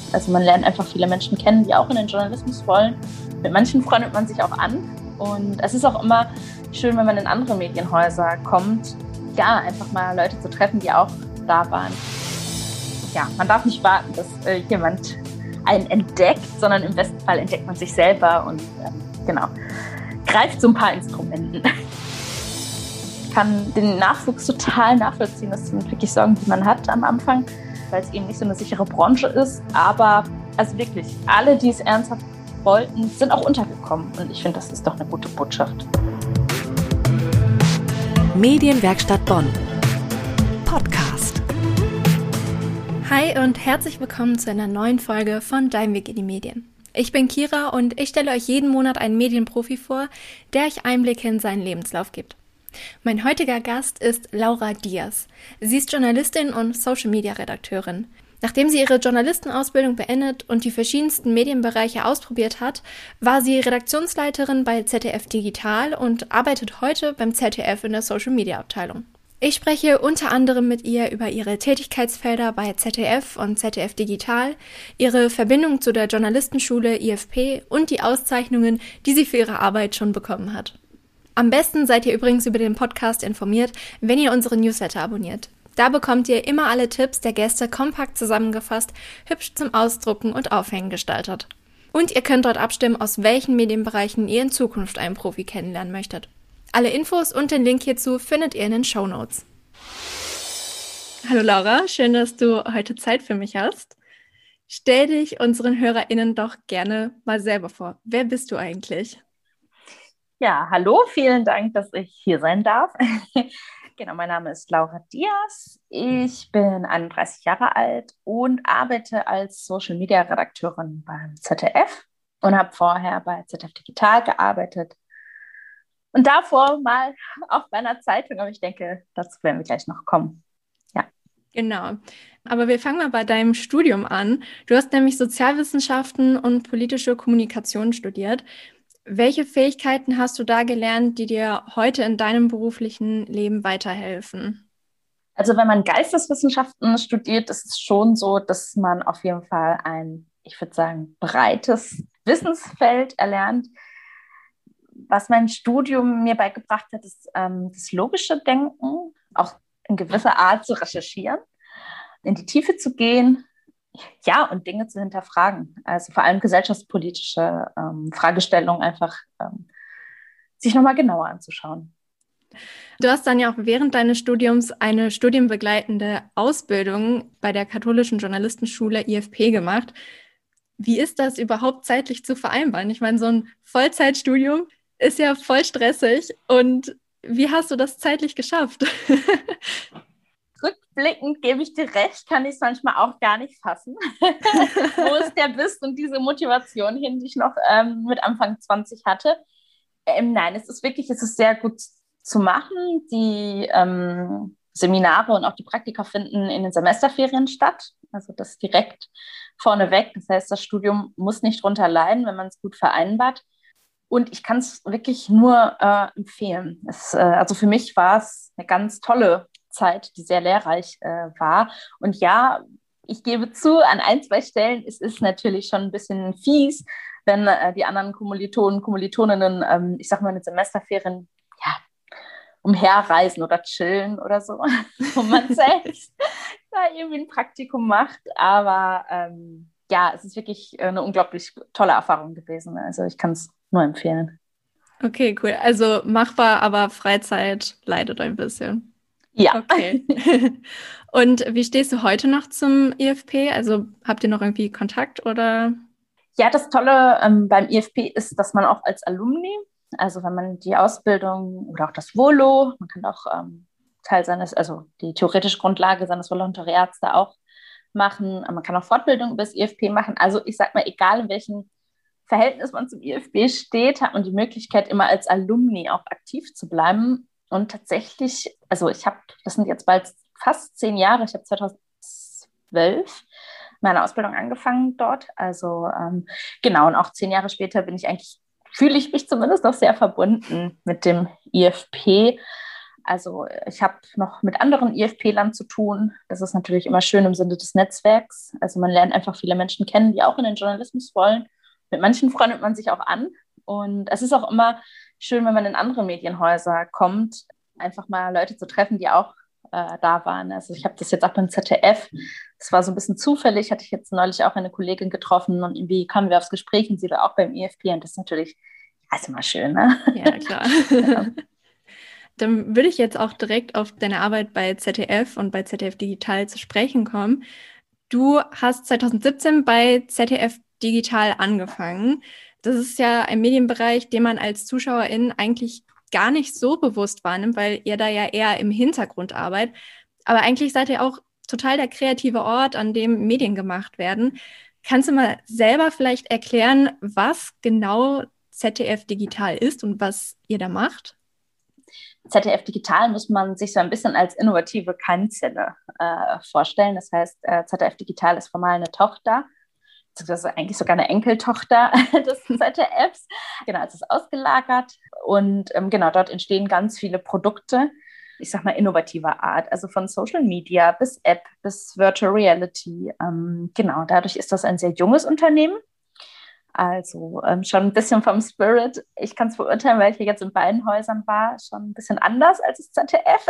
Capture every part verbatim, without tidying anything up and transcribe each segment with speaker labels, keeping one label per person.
Speaker 1: Also man lernt einfach viele Menschen kennen, die auch in den Journalismus wollen. Mit manchen freundet man sich auch an. Und es ist auch immer schön, wenn man in andere Medienhäuser kommt, ja, einfach mal Leute zu treffen, die auch da waren. Ja, man darf nicht warten, dass äh, jemand einen entdeckt, sondern im besten Fall entdeckt man sich selber und ähm, genau, greift so ein paar Instrumenten. Ich kann den Nachwuchs total nachvollziehen. Das sind wirklich Sorgen, die man hat am Anfang, weil es eben nicht so eine sichere Branche ist. Aber also wirklich, alle, die es ernsthaft wollten, sind auch untergekommen. Und ich finde, das ist doch eine gute Botschaft.
Speaker 2: Medienwerkstatt Bonn. Podcast.
Speaker 3: Hi und herzlich willkommen zu einer neuen Folge von Dein Weg in die Medien. Ich bin Kira und ich stelle euch jeden Monat einen Medienprofi vor, der euch Einblicke in seinen Lebenslauf gibt. Mein heutiger Gast ist Laura Diaz. Sie ist Journalistin und Social-Media-Redakteurin. Nachdem sie ihre Journalistenausbildung beendet und die verschiedensten Medienbereiche ausprobiert hat, war sie Redaktionsleiterin bei Z D F Digital und arbeitet heute beim Z D F in der Social-Media-Abteilung. Ich spreche unter anderem mit ihr über ihre Tätigkeitsfelder bei Z D F und Z D F Digital, ihre Verbindung zu der Journalistenschule I F P und die Auszeichnungen, die sie für ihre Arbeit schon bekommen hat. Am besten seid ihr übrigens über den Podcast informiert, wenn ihr unsere Newsletter abonniert. Da bekommt ihr immer alle Tipps der Gäste kompakt zusammengefasst, hübsch zum Ausdrucken und Aufhängen gestaltet. Und ihr könnt dort abstimmen, aus welchen Medienbereichen ihr in Zukunft einen Profi kennenlernen möchtet. Alle Infos und den Link hierzu findet ihr in den Shownotes. Hallo Laura, schön, dass du heute Zeit für mich hast. Stell dich unseren HörerInnen doch gerne mal selber vor. Wer bist du eigentlich?
Speaker 1: Ja, hallo, vielen Dank, dass ich hier sein darf. Genau, mein Name ist Laura Diaz. Ich bin einunddreißig Jahre alt und arbeite als Social-Media-Redakteurin beim Z D F und habe vorher bei Z D F Digital gearbeitet. Und davor mal auch bei einer Zeitung, aber ich denke, dazu werden wir gleich noch kommen. Ja.
Speaker 3: Genau. Aber wir fangen mal bei deinem Studium an. Du hast nämlich Sozialwissenschaften und politische Kommunikation studiert. Welche Fähigkeiten hast du da gelernt, die dir heute in deinem beruflichen Leben weiterhelfen?
Speaker 1: Also wenn man Geisteswissenschaften studiert, ist es schon so, dass man auf jeden Fall ein, ich würde sagen, breites Wissensfeld erlernt. Was mein Studium mir beigebracht hat, ist ähm, das logische Denken, auch in gewisser Art zu recherchieren, in die Tiefe zu gehen, ja, und Dinge zu hinterfragen. Also vor allem gesellschaftspolitische ähm, Fragestellungen einfach ähm, sich nochmal genauer anzuschauen.
Speaker 3: Du hast dann ja auch während deines Studiums eine studienbegleitende Ausbildung bei der katholischen Journalistenschule I F P gemacht. Wie ist das überhaupt zeitlich zu vereinbaren? Ich meine, so ein Vollzeitstudium ist ja voll stressig. Und wie hast du das zeitlich geschafft?
Speaker 1: Rückblickend gebe ich dir recht, kann ich es manchmal auch gar nicht fassen, wo es der Biss und diese Motivation hin, die ich noch ähm, mit Anfang zwanzig hatte. Ähm, nein, es ist wirklich, es ist sehr gut zu machen. Die ähm, Seminare und auch die Praktika finden in den Semesterferien statt, also das direkt vorneweg. Das heißt, das Studium muss nicht drunter leiden, wenn man es gut vereinbart. Und ich kann es wirklich nur äh, empfehlen. Es, äh, also für mich war es eine ganz tolle Zeit, die sehr lehrreich äh, war. Und ja, ich gebe zu, an ein, zwei Stellen ist es natürlich schon ein bisschen fies, wenn äh, die anderen Kommilitonen, Kommilitoninnen, ähm, ich sag mal, in den Semesterferien, ja, umherreisen oder chillen oder so, wo man selbst da irgendwie ein Praktikum macht. Aber ähm, ja, es ist wirklich eine unglaublich tolle Erfahrung gewesen. Also ich kann es nur empfehlen.
Speaker 3: Okay, cool. Also machbar, aber Freizeit leidet ein bisschen.
Speaker 1: Ja.
Speaker 3: Okay. Und wie stehst du heute noch zum I F P? Also habt ihr noch irgendwie Kontakt oder?
Speaker 1: Ja, das Tolle ähm, beim I F P ist, dass man auch als Alumni, also wenn man die Ausbildung oder auch das Volo, man kann auch ähm, Teil seines, also die theoretische Grundlage seines Volontariats da auch machen. Man kann auch Fortbildung über das I F P machen. Also ich sag mal, egal in welchem Verhältnis man zum I F P steht, hat man die Möglichkeit, immer als Alumni auch aktiv zu bleiben. Und tatsächlich, also ich habe, das sind jetzt bald fast zehn Jahre, ich habe zweitausendzwölf meine Ausbildung angefangen dort. Also ähm, genau, und auch zehn Jahre später bin ich eigentlich, fühle ich mich zumindest noch sehr verbunden mit dem I F P. Also ich habe noch mit anderen IFP-Lern zu tun. Das ist natürlich immer schön im Sinne des Netzwerks. Also man lernt einfach viele Menschen kennen, die auch in den Journalismus wollen. Mit manchen freundet man sich auch an. Und es ist auch immer schön, wenn man in andere Medienhäuser kommt, einfach mal Leute zu treffen, die auch äh, da waren. Also ich habe das jetzt auch beim Z D F. Das war so ein bisschen zufällig. Hatte ich jetzt neulich auch eine Kollegin getroffen und irgendwie kamen wir aufs Gespräch und sie war auch beim I F P. Und das ist natürlich, ja, ist immer schön, ne?
Speaker 3: Ja, klar. Ja. Dann würde ich jetzt auch direkt auf deine Arbeit bei Z D F und bei Z D F Digital zu sprechen kommen. Du hast zwanzig siebzehn bei Z D F Digital angefangen. Das ist ja ein Medienbereich, den man als Zuschauerin eigentlich gar nicht so bewusst wahrnimmt, weil ihr da ja eher im Hintergrund arbeitet. Aber eigentlich seid ihr auch total der kreative Ort, an dem Medien gemacht werden. Kannst du mal selber vielleicht erklären, was genau Z D F Digital ist und was ihr da macht?
Speaker 1: Z D F Digital muss man sich so ein bisschen als innovative Keimzelle äh, vorstellen. Das heißt, äh, Z D F Digital ist formal eine Tochter, das ist eigentlich sogar eine Enkeltochter des Z D Fs. Genau, es ist ausgelagert und ähm, genau, dort entstehen ganz viele Produkte, ich sag mal innovativer Art, also von Social Media bis App bis Virtual Reality. Ähm, genau, dadurch ist das ein sehr junges Unternehmen. Also ähm, schon ein bisschen vom Spirit. Ich kann es beurteilen, weil ich hier jetzt in beiden Häusern war, schon ein bisschen anders als das Z D F.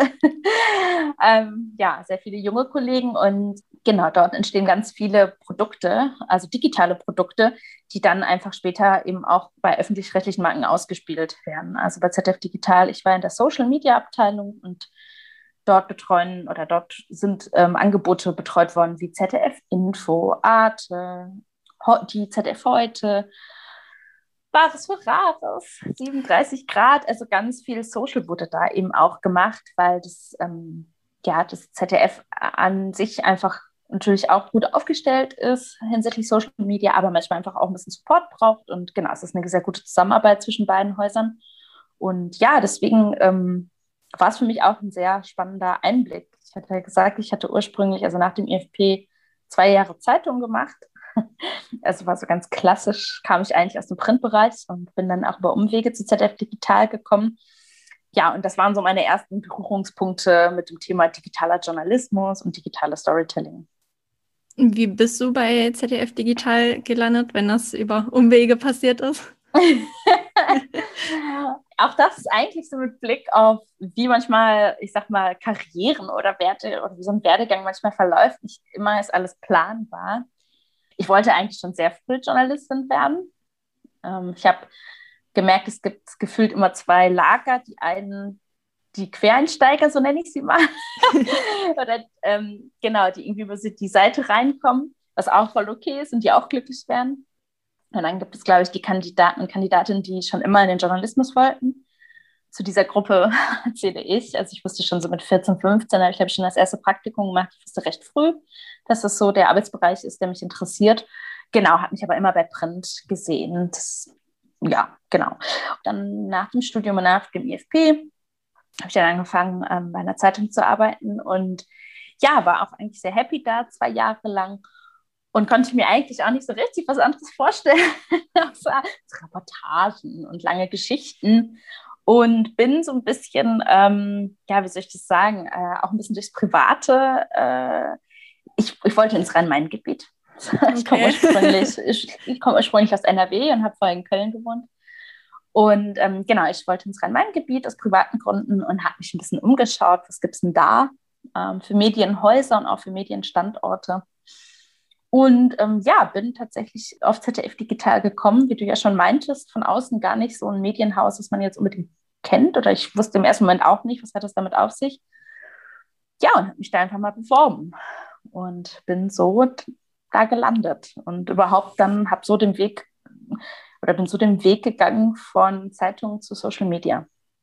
Speaker 1: ähm, ja, sehr viele junge Kollegen und genau, dort entstehen ganz viele Produkte, also digitale Produkte, die dann einfach später eben auch bei öffentlich-rechtlichen Marken ausgespielt werden. Also bei Z D F Digital, ich war in der Social-Media-Abteilung und dort betreuen oder dort sind ähm, Angebote betreut worden wie Z D F Info, Arte, die Z D F heute, Bares für Rares, siebenunddreißig Grad, also ganz viel Social wurde da eben auch gemacht, weil das, ähm, ja, das Z D F an sich einfach natürlich auch gut aufgestellt ist hinsichtlich Social Media, aber manchmal einfach auch ein bisschen Support braucht und genau, es ist eine sehr gute Zusammenarbeit zwischen beiden Häusern und ja, deswegen ähm, war es für mich auch ein sehr spannender Einblick. Ich hatte ja gesagt, ich hatte ursprünglich, also nach dem I F P, zwei Jahre Zeitung gemacht. Also war so ganz klassisch, kam ich eigentlich aus dem Printbereich und bin dann auch über Umwege zu Z D F Digital gekommen. Ja, und das waren so meine ersten Berührungspunkte mit dem Thema digitaler Journalismus und digitales Storytelling.
Speaker 3: Wie bist du bei Z D F Digital gelandet, wenn das über Umwege passiert ist?
Speaker 1: Auch das ist eigentlich so mit Blick auf, wie manchmal, ich sag mal, Karrieren oder Werte oder wie so ein Werdegang manchmal verläuft. Nicht immer ist alles planbar. Ich wollte eigentlich schon sehr früh Journalistin werden. Ähm, ich habe gemerkt, es gibt gefühlt immer zwei Lager. Die einen, die Quereinsteiger, so nenne ich sie mal. Oder ähm, genau, die irgendwie über die Seite reinkommen, was auch voll okay ist und die auch glücklich werden. Und dann gibt es, glaube ich, die Kandidaten und Kandidatinnen, die schon immer in den Journalismus wollten. Zu dieser Gruppe zähle ich. Also ich wusste schon so mit vierzehn, fünfzehn, habe ich, habe ich schon das erste Praktikum gemacht. Ich wusste recht früh, dass das so der Arbeitsbereich ist, der mich interessiert. Genau, habe mich aber immer bei Print gesehen. Das, ja, genau. Dann nach dem Studium und nach dem I F P habe ich dann angefangen, ähm, bei einer Zeitung zu arbeiten und ja, war auch eigentlich sehr happy da, zwei Jahre lang. Und konnte mir eigentlich auch nicht so richtig was anderes vorstellen, außer Reportagen und lange Geschichten. Und bin so ein bisschen, ähm, ja, wie soll ich das sagen, äh, auch ein bisschen durchs Private. Äh, ich, ich wollte ins Rhein-Main-Gebiet. Okay. Ich komme ursprünglich, ich, ich komm ursprünglich aus N R W und habe vorher in Köln gewohnt. Und ähm, genau, ich wollte ins Rhein-Main-Gebiet aus privaten Gründen und habe mich ein bisschen umgeschaut, was gibt es denn da ähm, für Medienhäuser und auch für Medienstandorte. Und ähm, ja, bin tatsächlich auf Z D F Digital gekommen, wie du ja schon meintest, von außen gar nicht so ein Medienhaus, das man jetzt unbedingt kennt. Oder ich wusste im ersten Moment auch nicht, was hat das damit auf sich. Ja, und habe mich da einfach mal beworben und bin so da gelandet. Und überhaupt dann habe so den Weg oder bin so den Weg gegangen von Zeitung zu Social Media.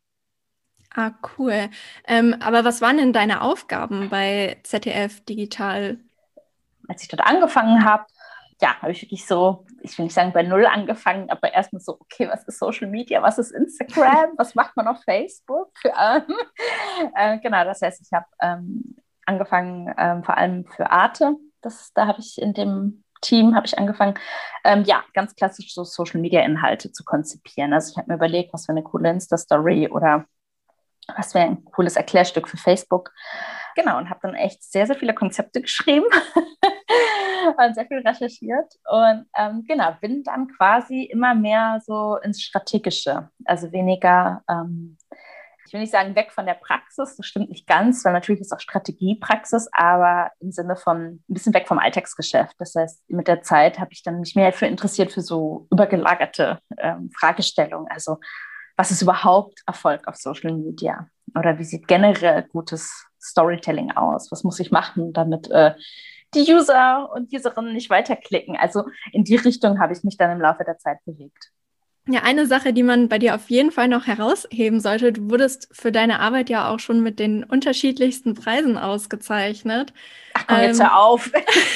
Speaker 3: Ah, cool. Ähm, aber was waren denn deine Aufgaben bei Z D F Digital?
Speaker 1: Als ich dort angefangen habe, ja, habe ich wirklich so, ich will nicht sagen bei Null angefangen, aber erstmal so, okay, was ist Social Media, was ist Instagram, was macht man auf Facebook? Ähm, äh, genau, das heißt, ich habe ähm, angefangen ähm, vor allem für Arte, das, da habe ich in dem Team, habe ich angefangen, ähm, ja, ganz klassisch so Social Media Inhalte zu konzipieren. Also ich habe mir überlegt, was für eine coole Insta-Story oder Das wäre ein cooles Erklärstück für Facebook. Genau, und habe dann echt sehr, sehr viele Konzepte geschrieben und sehr viel recherchiert. Und ähm, genau, bin dann quasi immer mehr so ins Strategische. Also weniger, ähm, ich will nicht sagen weg von der Praxis, das stimmt nicht ganz, weil natürlich ist auch Strategiepraxis, aber im Sinne von ein bisschen weg vom Alltagsgeschäft. Das heißt, mit der Zeit habe ich dann mich mehr für interessiert für so übergelagerte ähm, Fragestellungen. Also was ist überhaupt Erfolg auf Social Media? Oder wie sieht generell gutes Storytelling aus? Was muss ich machen, damit äh, die User und Userinnen nicht weiterklicken? Also in die Richtung habe ich mich dann im Laufe der Zeit bewegt.
Speaker 3: Ja, eine Sache, die man bei dir auf jeden Fall noch herausheben sollte, du wurdest für deine Arbeit ja auch schon mit den unterschiedlichsten Preisen ausgezeichnet.
Speaker 1: Ach komm, jetzt ähm, hör auf.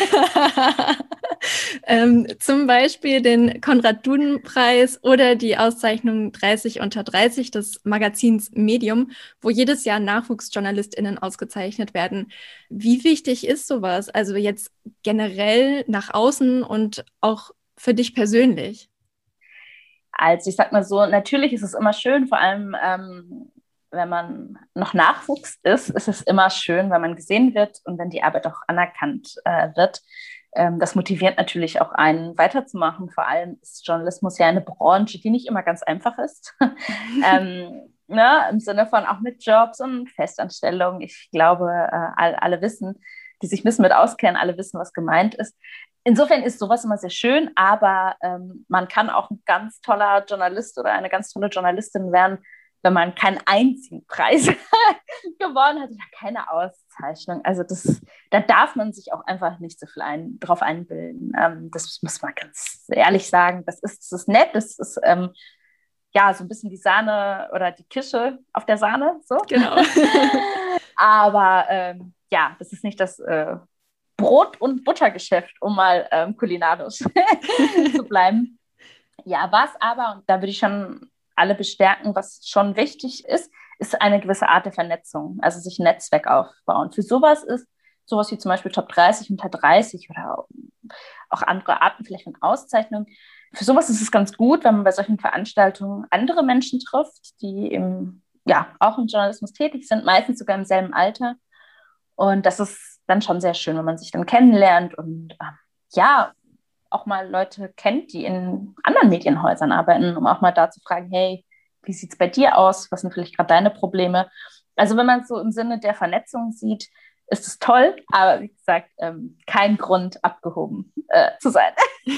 Speaker 3: ähm, zum Beispiel den Konrad-Duden-Preis oder die Auszeichnung dreißig unter dreißig des Magazins Medium, wo jedes Jahr NachwuchsjournalistInnen ausgezeichnet werden. Wie wichtig ist sowas? Also jetzt generell nach außen und auch für dich persönlich?
Speaker 1: Also ich sag mal so, natürlich ist es immer schön, vor allem ähm, wenn man noch Nachwuchs ist, ist es immer schön, wenn man gesehen wird und wenn die Arbeit auch anerkannt äh, wird. Ähm, das motiviert natürlich auch einen weiterzumachen. Vor allem ist Journalismus ja eine Branche, die nicht immer ganz einfach ist. ähm, ne, im Sinne von auch mit Jobs und Festanstellungen. Ich glaube, äh, all, alle wissen, die sich ein bisschen mit auskennen, alle wissen, was gemeint ist. Insofern ist sowas immer sehr schön, aber ähm, man kann auch ein ganz toller Journalist oder eine ganz tolle Journalistin werden, wenn man keinen einzigen Preis gewonnen hat oder keine Auszeichnung. Also das, da darf man sich auch einfach nicht so viel ein, drauf einbilden. Ähm, das muss man ganz ehrlich sagen. Das ist, das ist nett, das ist ähm, ja so ein bisschen die Sahne oder die Kirsche auf der Sahne. So.
Speaker 3: Genau.
Speaker 1: Aber ähm, ja, das ist nicht das äh, Brot- und Buttergeschäft, um mal ähm, kulinarisch zu bleiben. Ja, was aber, und da würde ich schon alle bestärken, was schon wichtig ist, ist eine gewisse Art der Vernetzung, also sich ein Netzwerk aufbauen. Für sowas ist sowas wie zum Beispiel Top dreißig unter dreißig oder auch andere Arten vielleicht von Auszeichnungen. Für sowas ist es ganz gut, wenn man bei solchen Veranstaltungen andere Menschen trifft, die im, ja, auch im Journalismus tätig sind, meistens sogar im selben Alter. Und das ist dann schon sehr schön, wenn man sich dann kennenlernt und äh, ja, auch mal Leute kennt, die in anderen Medienhäusern arbeiten, um auch mal da zu fragen, hey, wie sieht es bei dir aus? Was sind vielleicht gerade deine Probleme? Also wenn man es so im Sinne der Vernetzung sieht, ist es toll, aber wie gesagt, ähm, kein Grund, abgehoben äh, zu sein.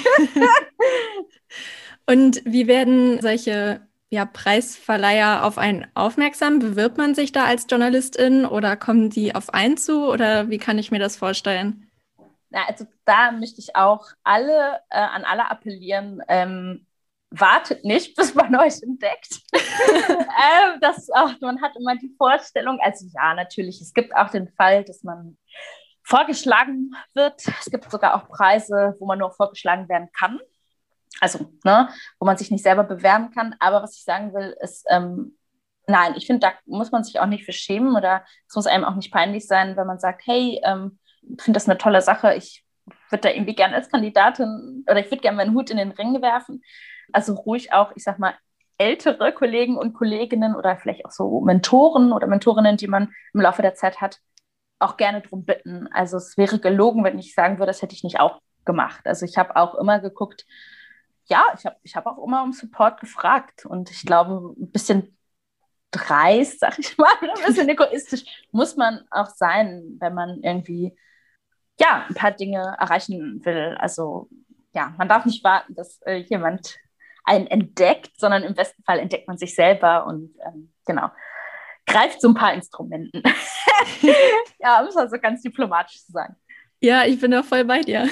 Speaker 3: Und wie werden solche ja, Preisverleiher auf einen aufmerksam? Bewirbt man sich da als Journalistin oder kommen die auf einen zu? Oder wie kann ich mir das vorstellen?
Speaker 1: Na, also da möchte ich auch alle äh, an alle appellieren, ähm, wartet nicht, bis man euch entdeckt. ähm, das auch, man hat immer die Vorstellung, also ja, natürlich, es gibt auch den Fall, dass man vorgeschlagen wird. Es gibt sogar auch Preise, wo man nur vorgeschlagen werden kann. Also, ne, wo man sich nicht selber bewerben kann. Aber was ich sagen will, ist, ähm, nein, ich finde, da muss man sich auch nicht für schämen oder es muss einem auch nicht peinlich sein, wenn man sagt, hey, ähm, ich finde das eine tolle Sache, ich würde da irgendwie gerne als Kandidatin oder ich würde gerne meinen Hut in den Ring werfen. Also ruhig auch, ich sag mal, ältere Kollegen und Kolleginnen oder vielleicht auch so Mentoren oder Mentorinnen, die man im Laufe der Zeit hat, auch gerne darum bitten. Also es wäre gelogen, wenn ich sagen würde, das hätte ich nicht auch gemacht. Also ich habe auch immer geguckt, ja, ich habe ich hab auch immer um Support gefragt und ich glaube, ein bisschen dreist, sag ich mal, ein bisschen egoistisch muss man auch sein, wenn man irgendwie ja, ein paar Dinge erreichen will. Also ja, man darf nicht warten, dass äh, jemand einen entdeckt, sondern im besten Fall entdeckt man sich selber und ähm, genau, greift so ein paar Instrumenten. Ja, um es also ganz diplomatisch zu sagen.
Speaker 3: Ja, ich bin da voll bei dir.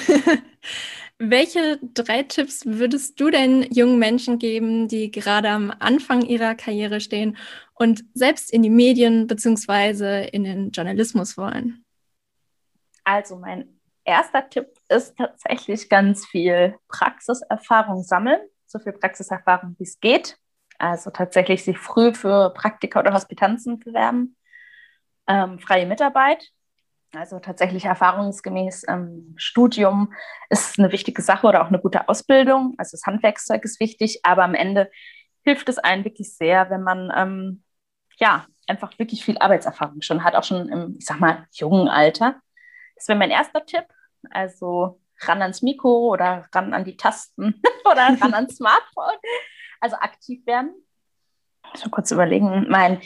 Speaker 3: Welche drei Tipps würdest du denn jungen Menschen geben, die gerade am Anfang ihrer Karriere stehen und selbst in die Medien bzw. in den Journalismus wollen?
Speaker 1: Also mein erster Tipp ist tatsächlich ganz viel Praxiserfahrung sammeln, so viel Praxiserfahrung, wie es geht. Also tatsächlich sich früh für Praktika oder Hospitanzen bewerben, ähm, freie Mitarbeit. Also tatsächlich erfahrungsgemäß ähm, Studium ist eine wichtige Sache oder auch eine gute Ausbildung. Also das Handwerkszeug ist wichtig, aber am Ende hilft es einem wirklich sehr, wenn man ähm, ja, einfach wirklich viel Arbeitserfahrung schon hat, auch schon im, ich sag mal, jungen Alter. Das wäre mein erster Tipp. Also ran ans Mikro oder ran an die Tasten oder ran ans Smartphone. Also aktiv werden. Ich muss mal kurz überlegen. Mein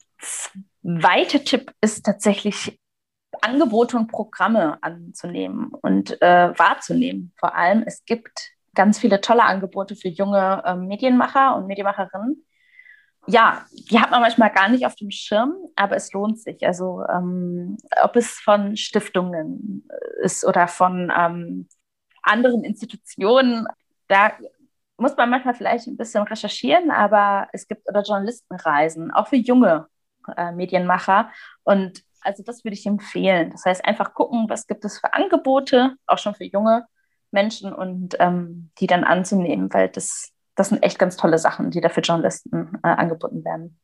Speaker 1: zweiter Tipp ist tatsächlich, Angebote und Programme anzunehmen und äh, wahrzunehmen. Vor allem, es gibt ganz viele tolle Angebote für junge äh, Medienmacher und Medienmacherinnen. Ja, die hat man manchmal gar nicht auf dem Schirm, aber es lohnt sich. Also ähm, ob es von Stiftungen ist oder von ähm, anderen Institutionen, da muss man manchmal vielleicht ein bisschen recherchieren, aber es gibt oder Journalistenreisen, auch für junge äh, Medienmacher. Und also das würde ich empfehlen. Das heißt, einfach gucken, was gibt es für Angebote, auch schon für junge Menschen und ähm, die dann anzunehmen, weil das, das sind echt ganz tolle Sachen, die da für Journalisten äh, angeboten werden.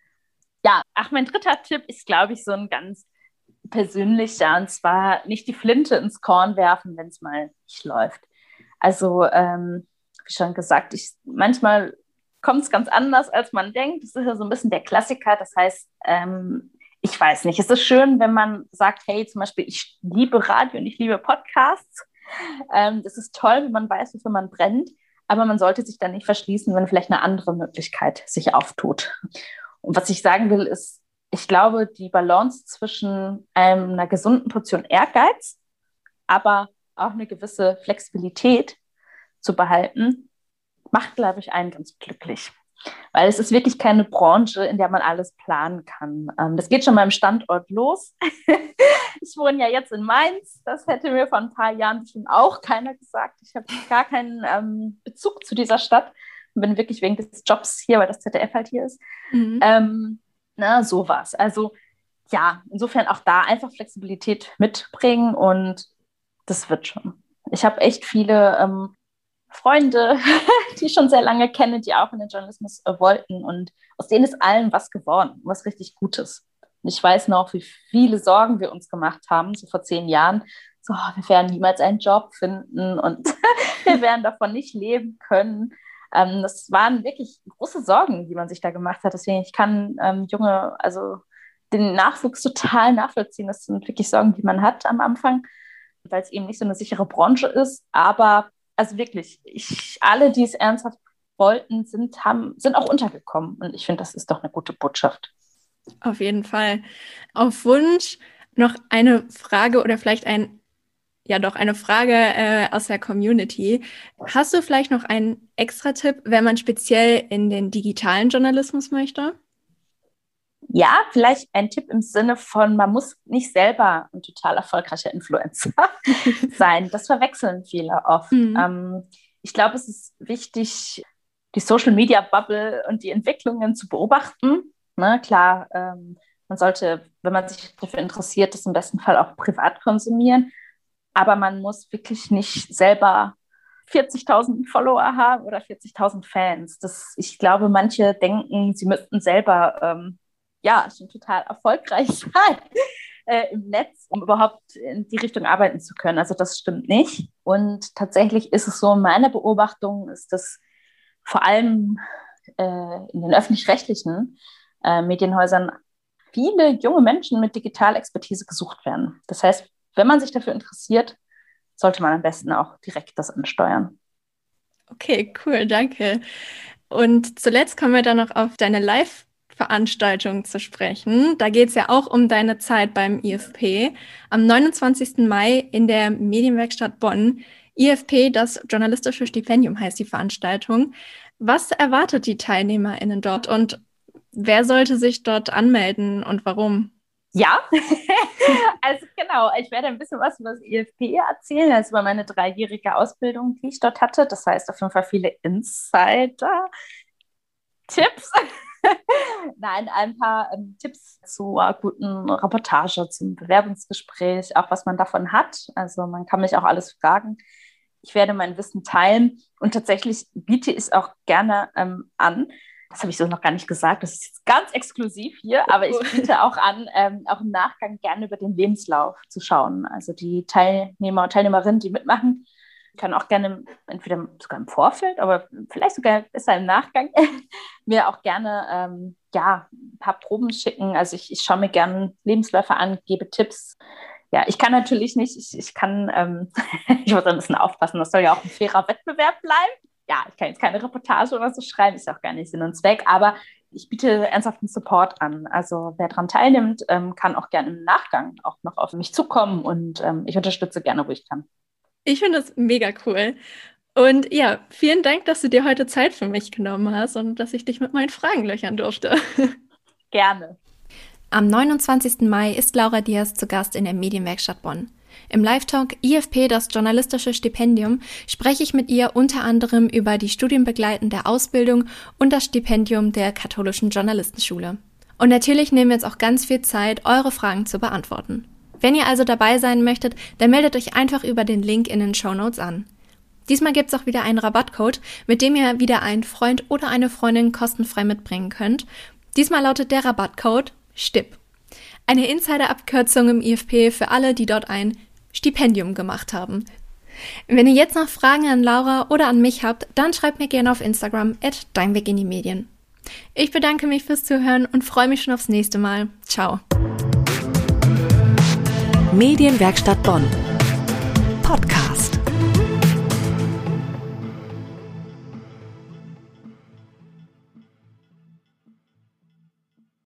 Speaker 1: Ja, ach, mein dritter Tipp ist, glaube ich, so ein ganz persönlicher, und zwar nicht die Flinte ins Korn werfen, wenn es mal nicht läuft. Also, ähm, wie schon gesagt, ich, manchmal kommt es ganz anders, als man denkt. Das ist ja so ein bisschen der Klassiker. Das heißt, ähm, ich weiß nicht, es ist schön, wenn man sagt, hey, zum Beispiel, ich liebe Radio und ich liebe Podcasts. Ähm, das ist toll, wenn man weiß, wofür man brennt, aber man sollte sich dann nicht verschließen, wenn vielleicht eine andere Möglichkeit sich auftut. Und was ich sagen will, ist, ich glaube, die Balance zwischen ähm, einer gesunden Portion Ehrgeiz, aber auch eine gewisse Flexibilität zu behalten, macht, glaube ich, einen ganz glücklich. Weil es ist wirklich keine Branche, in der man alles planen kann. Ähm, das geht schon beim Standort los. Ich wohne ja jetzt in Mainz. Das hätte mir vor ein paar Jahren bestimmt auch keiner gesagt. Ich habe gar keinen ähm, Bezug zu dieser Stadt und bin wirklich wegen des Jobs hier, weil das Z D F halt hier ist. Mhm. Ähm, na, sowas. Also ja, insofern auch da einfach Flexibilität mitbringen und das wird schon. Ich habe echt viele ähm, Freunde, die ich schon sehr lange kenne, die auch in den Journalismus äh, wollten und aus denen ist allen was geworden, was richtig Gutes. Und ich weiß noch, wie viele Sorgen wir uns gemacht haben, so vor zehn Jahren. So, oh, wir werden niemals einen Job finden und wir werden davon nicht leben können. Ähm, das waren wirklich große Sorgen, die man sich da gemacht hat. Deswegen, ich kann ähm, junge, also den Nachwuchs total nachvollziehen. Das sind wirklich Sorgen, die man hat am Anfang, weil es eben nicht so eine sichere Branche ist. Aber also wirklich, ich, alle, die es ernsthaft wollten, sind, haben, sind auch untergekommen. Und ich finde, das ist doch eine gute Botschaft.
Speaker 3: Auf jeden Fall. Auf Wunsch noch eine Frage oder vielleicht ein, ja doch eine Frage äh, aus der Community. Hast du vielleicht noch einen Extra-Tipp, wenn man speziell in den digitalen Journalismus möchte?
Speaker 1: Ja, vielleicht ein Tipp im Sinne von, man muss nicht selber ein total erfolgreicher Influencer sein. Das verwechseln viele oft. Mhm. Ähm, ich glaube, es ist wichtig, die Social-Media-Bubble und die Entwicklungen zu beobachten. Ne, klar, ähm, man sollte, wenn man sich dafür interessiert, das im besten Fall auch privat konsumieren. Aber man muss wirklich nicht selber vierzigtausend Follower haben oder vierzigtausend Fans. Das, ich glaube, manche denken, sie müssten selber ähm, ja, schon total erfolgreich sein äh, im Netz, um überhaupt in die Richtung arbeiten zu können. Also das stimmt nicht. Und tatsächlich ist es so, meine Beobachtung ist, dass vor allem äh, in den öffentlich-rechtlichen äh, Medienhäusern viele junge Menschen mit Digitalexpertise gesucht werden. Das heißt, wenn man sich dafür interessiert, sollte man am besten auch direkt das ansteuern.
Speaker 3: Okay, cool, danke. Und zuletzt kommen wir dann noch auf deine Live- Veranstaltung zu sprechen. Da geht es ja auch um deine Zeit beim I F P. Am neunundzwanzigsten Mai in der Medienwerkstatt Bonn. I F P, das journalistische Stipendium, heißt die Veranstaltung. Was erwartet die TeilnehmerInnen dort und wer sollte sich dort anmelden und warum?
Speaker 1: Ja, also genau, ich werde ein bisschen was über das I F P erzählen, also über meine dreijährige Ausbildung, die ich dort hatte. Das heißt auf jeden Fall viele Insider-Tipps. Nein, ein paar ähm, Tipps zur guten Reportage, zum Bewerbungsgespräch, auch was man davon hat. Also man kann mich auch alles fragen. Ich werde mein Wissen teilen und tatsächlich biete ich es auch gerne ähm, an. Das habe ich so noch gar nicht gesagt, das ist jetzt ganz exklusiv hier, aber ich biete auch an, ähm, auch im Nachgang gerne über den Lebenslauf zu schauen. Also die Teilnehmer und Teilnehmerinnen, die mitmachen, Ich kann auch gerne, entweder sogar im Vorfeld, aber vielleicht sogar besser im Nachgang, mir auch gerne ähm, ja, ein paar Proben schicken. Also ich, ich schaue mir gerne Lebensläufe an, gebe Tipps. Ja, ich kann natürlich nicht, ich, ich kann, ähm, ich muss ein bisschen aufpassen, das soll ja auch ein fairer Wettbewerb bleiben. Ja, ich kann jetzt keine Reportage oder so schreiben, ist ja auch gar nicht Sinn und Zweck, aber ich biete ernsthaften Support an. Also wer daran teilnimmt, ähm, kann auch gerne im Nachgang auch noch auf mich zukommen und ähm, ich unterstütze gerne, wo ich kann.
Speaker 3: Ich finde das mega cool. Und ja, vielen Dank, dass du dir heute Zeit für mich genommen hast und dass ich dich mit meinen Fragen löchern durfte.
Speaker 1: Gerne.
Speaker 3: Am neunundzwanzigsten Mai ist Laura Diaz zu Gast in der Medienwerkstatt Bonn. Im Live-Talk I F P, das journalistische Stipendium, spreche ich mit ihr unter anderem über die studienbegleitende Ausbildung und das Stipendium der Katholischen Journalistenschule. Und natürlich nehmen wir jetzt auch ganz viel Zeit, eure Fragen zu beantworten. Wenn ihr also dabei sein möchtet, dann meldet euch einfach über den Link in den Shownotes an. Diesmal gibt's auch wieder einen Rabattcode, mit dem ihr wieder einen Freund oder eine Freundin kostenfrei mitbringen könnt. Diesmal lautet der Rabattcode S T I P. Eine Insider-Abkürzung im I F P für alle, die dort ein Stipendium gemacht haben. Wenn ihr jetzt noch Fragen an Laura oder an mich habt, dann schreibt mir gerne auf Instagram at deinweg in die Medien. Ich bedanke mich fürs Zuhören und freue mich schon aufs nächste Mal. Ciao.
Speaker 2: Medienwerkstatt Bonn. Podcast.